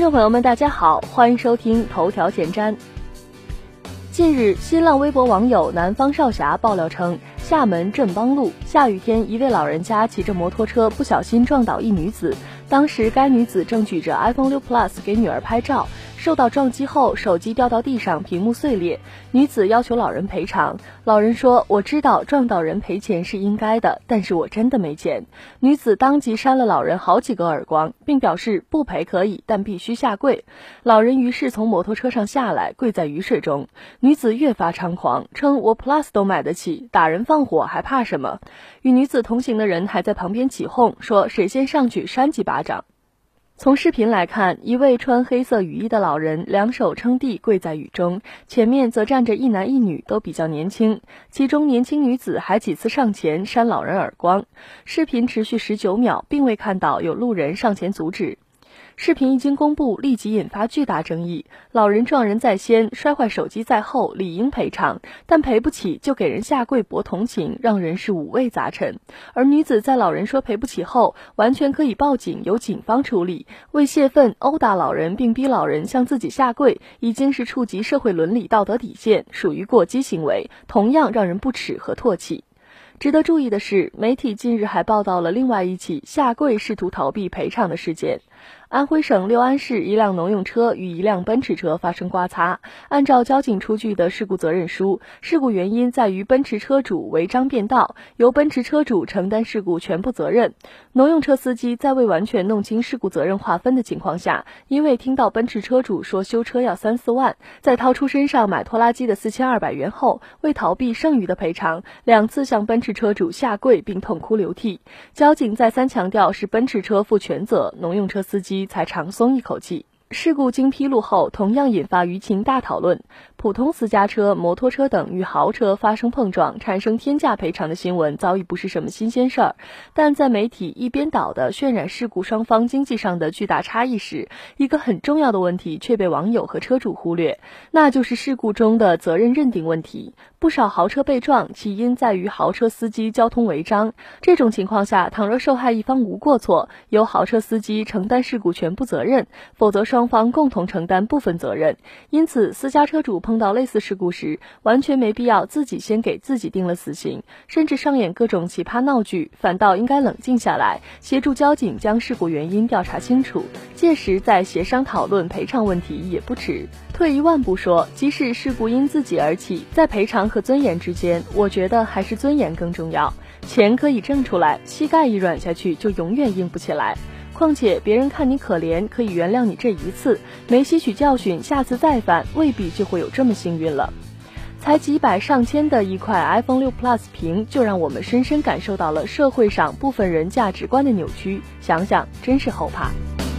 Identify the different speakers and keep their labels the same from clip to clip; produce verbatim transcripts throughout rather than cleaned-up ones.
Speaker 1: 众朋友们大家好，欢迎收听头条前瞻。近日，新浪微博网友南方少侠爆料称，厦门镇邦路下雨天，一位老人家骑着摩托车不小心撞倒一女子，当时该女子正举着 iPhone 六 Plus 给女儿拍照，受到撞击后手机掉到地上，屏幕碎裂，女子要求老人赔偿。老人说，我知道撞到人赔钱是应该的，但是我真的没钱。女子当即扇了老人好几个耳光，并表示不赔可以，但必须下跪。老人于是从摩托车上下来，跪在雨水中。女子越发猖狂，称我 Plus 都买得起，打人放火还怕什么？与女子同行的人还在旁边起哄，说谁先上去扇几巴掌。从视频来看，一位穿黑色雨衣的老人两手撑地跪在雨中，前面则站着一男一女，都比较年轻，其中年轻女子还几次上前扇老人耳光。视频持续十九秒，并未看到有路人上前阻止。视频一经公布，立即引发巨大争议。老人撞人在先，摔坏手机在后，理应赔偿，但赔不起就给人下跪博同情，让人是五味杂陈。而女子在老人说赔不起后，完全可以报警，由警方处理。为泄愤殴打老人并逼老人向自己下跪，已经是触及社会伦理道德底线，属于过激行为，同样让人不齿和唾弃。值得注意的是，媒体近日还报道了另外一起下跪试图逃避赔偿的事件。安徽省六安市一辆农用车与一辆奔驰车发生刮擦，按照交警出具的事故责任书，事故原因在于奔驰车主违章变道，由奔驰车主承担事故全部责任。农用车司机在未完全弄清事故责任划分的情况下，因为听到奔驰车主说修车要三四万，在掏出身上买拖拉机的四千二百元后，为逃避剩余的赔偿，两次向奔驰车主下跪并痛哭流涕。交警再三强调是奔驰车负全责，农用车司机才长松一口气。事故经披露后，同样引发舆情大讨论。普通私家车、摩托车等与豪车发生碰撞，产生天价赔偿的新闻早已不是什么新鲜事儿，但在媒体一边倒的渲染事故双方经济上的巨大差异时，一个很重要的问题却被网友和车主忽略，那就是事故中的责任认定问题。不少豪车被撞，起因在于豪车司机交通违章。这种情况下，倘若受害一方无过错，由豪车司机承担事故全部责任，否则双方共同承担部分责任。因此，私家车主碰到类似事故时，完全没必要自己先给自己定了死刑，甚至上演各种奇葩闹剧，反倒应该冷静下来，协助交警将事故原因调查清楚，届时再协商讨论赔偿问题也不迟。退一万步说，即使事故因自己而起，在赔偿和尊严之间，我觉得还是尊严更重要。钱可以挣出来，膝盖一软下去就永远硬不起来。况且别人看你可怜，可以原谅你这一次，没吸取教训，下次再犯，未必就会有这么幸运了。才几百上千的一块 iPhone 六 Plus 屏，就让我们深深感受到了社会上部分人价值观的扭曲，想想真是后怕。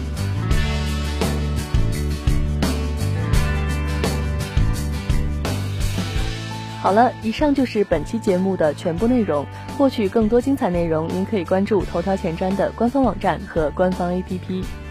Speaker 1: 好了，以上就是本期节目的全部内容。获取更多精彩内容，您可以关注头条前瞻的官方网站和官方 A P P。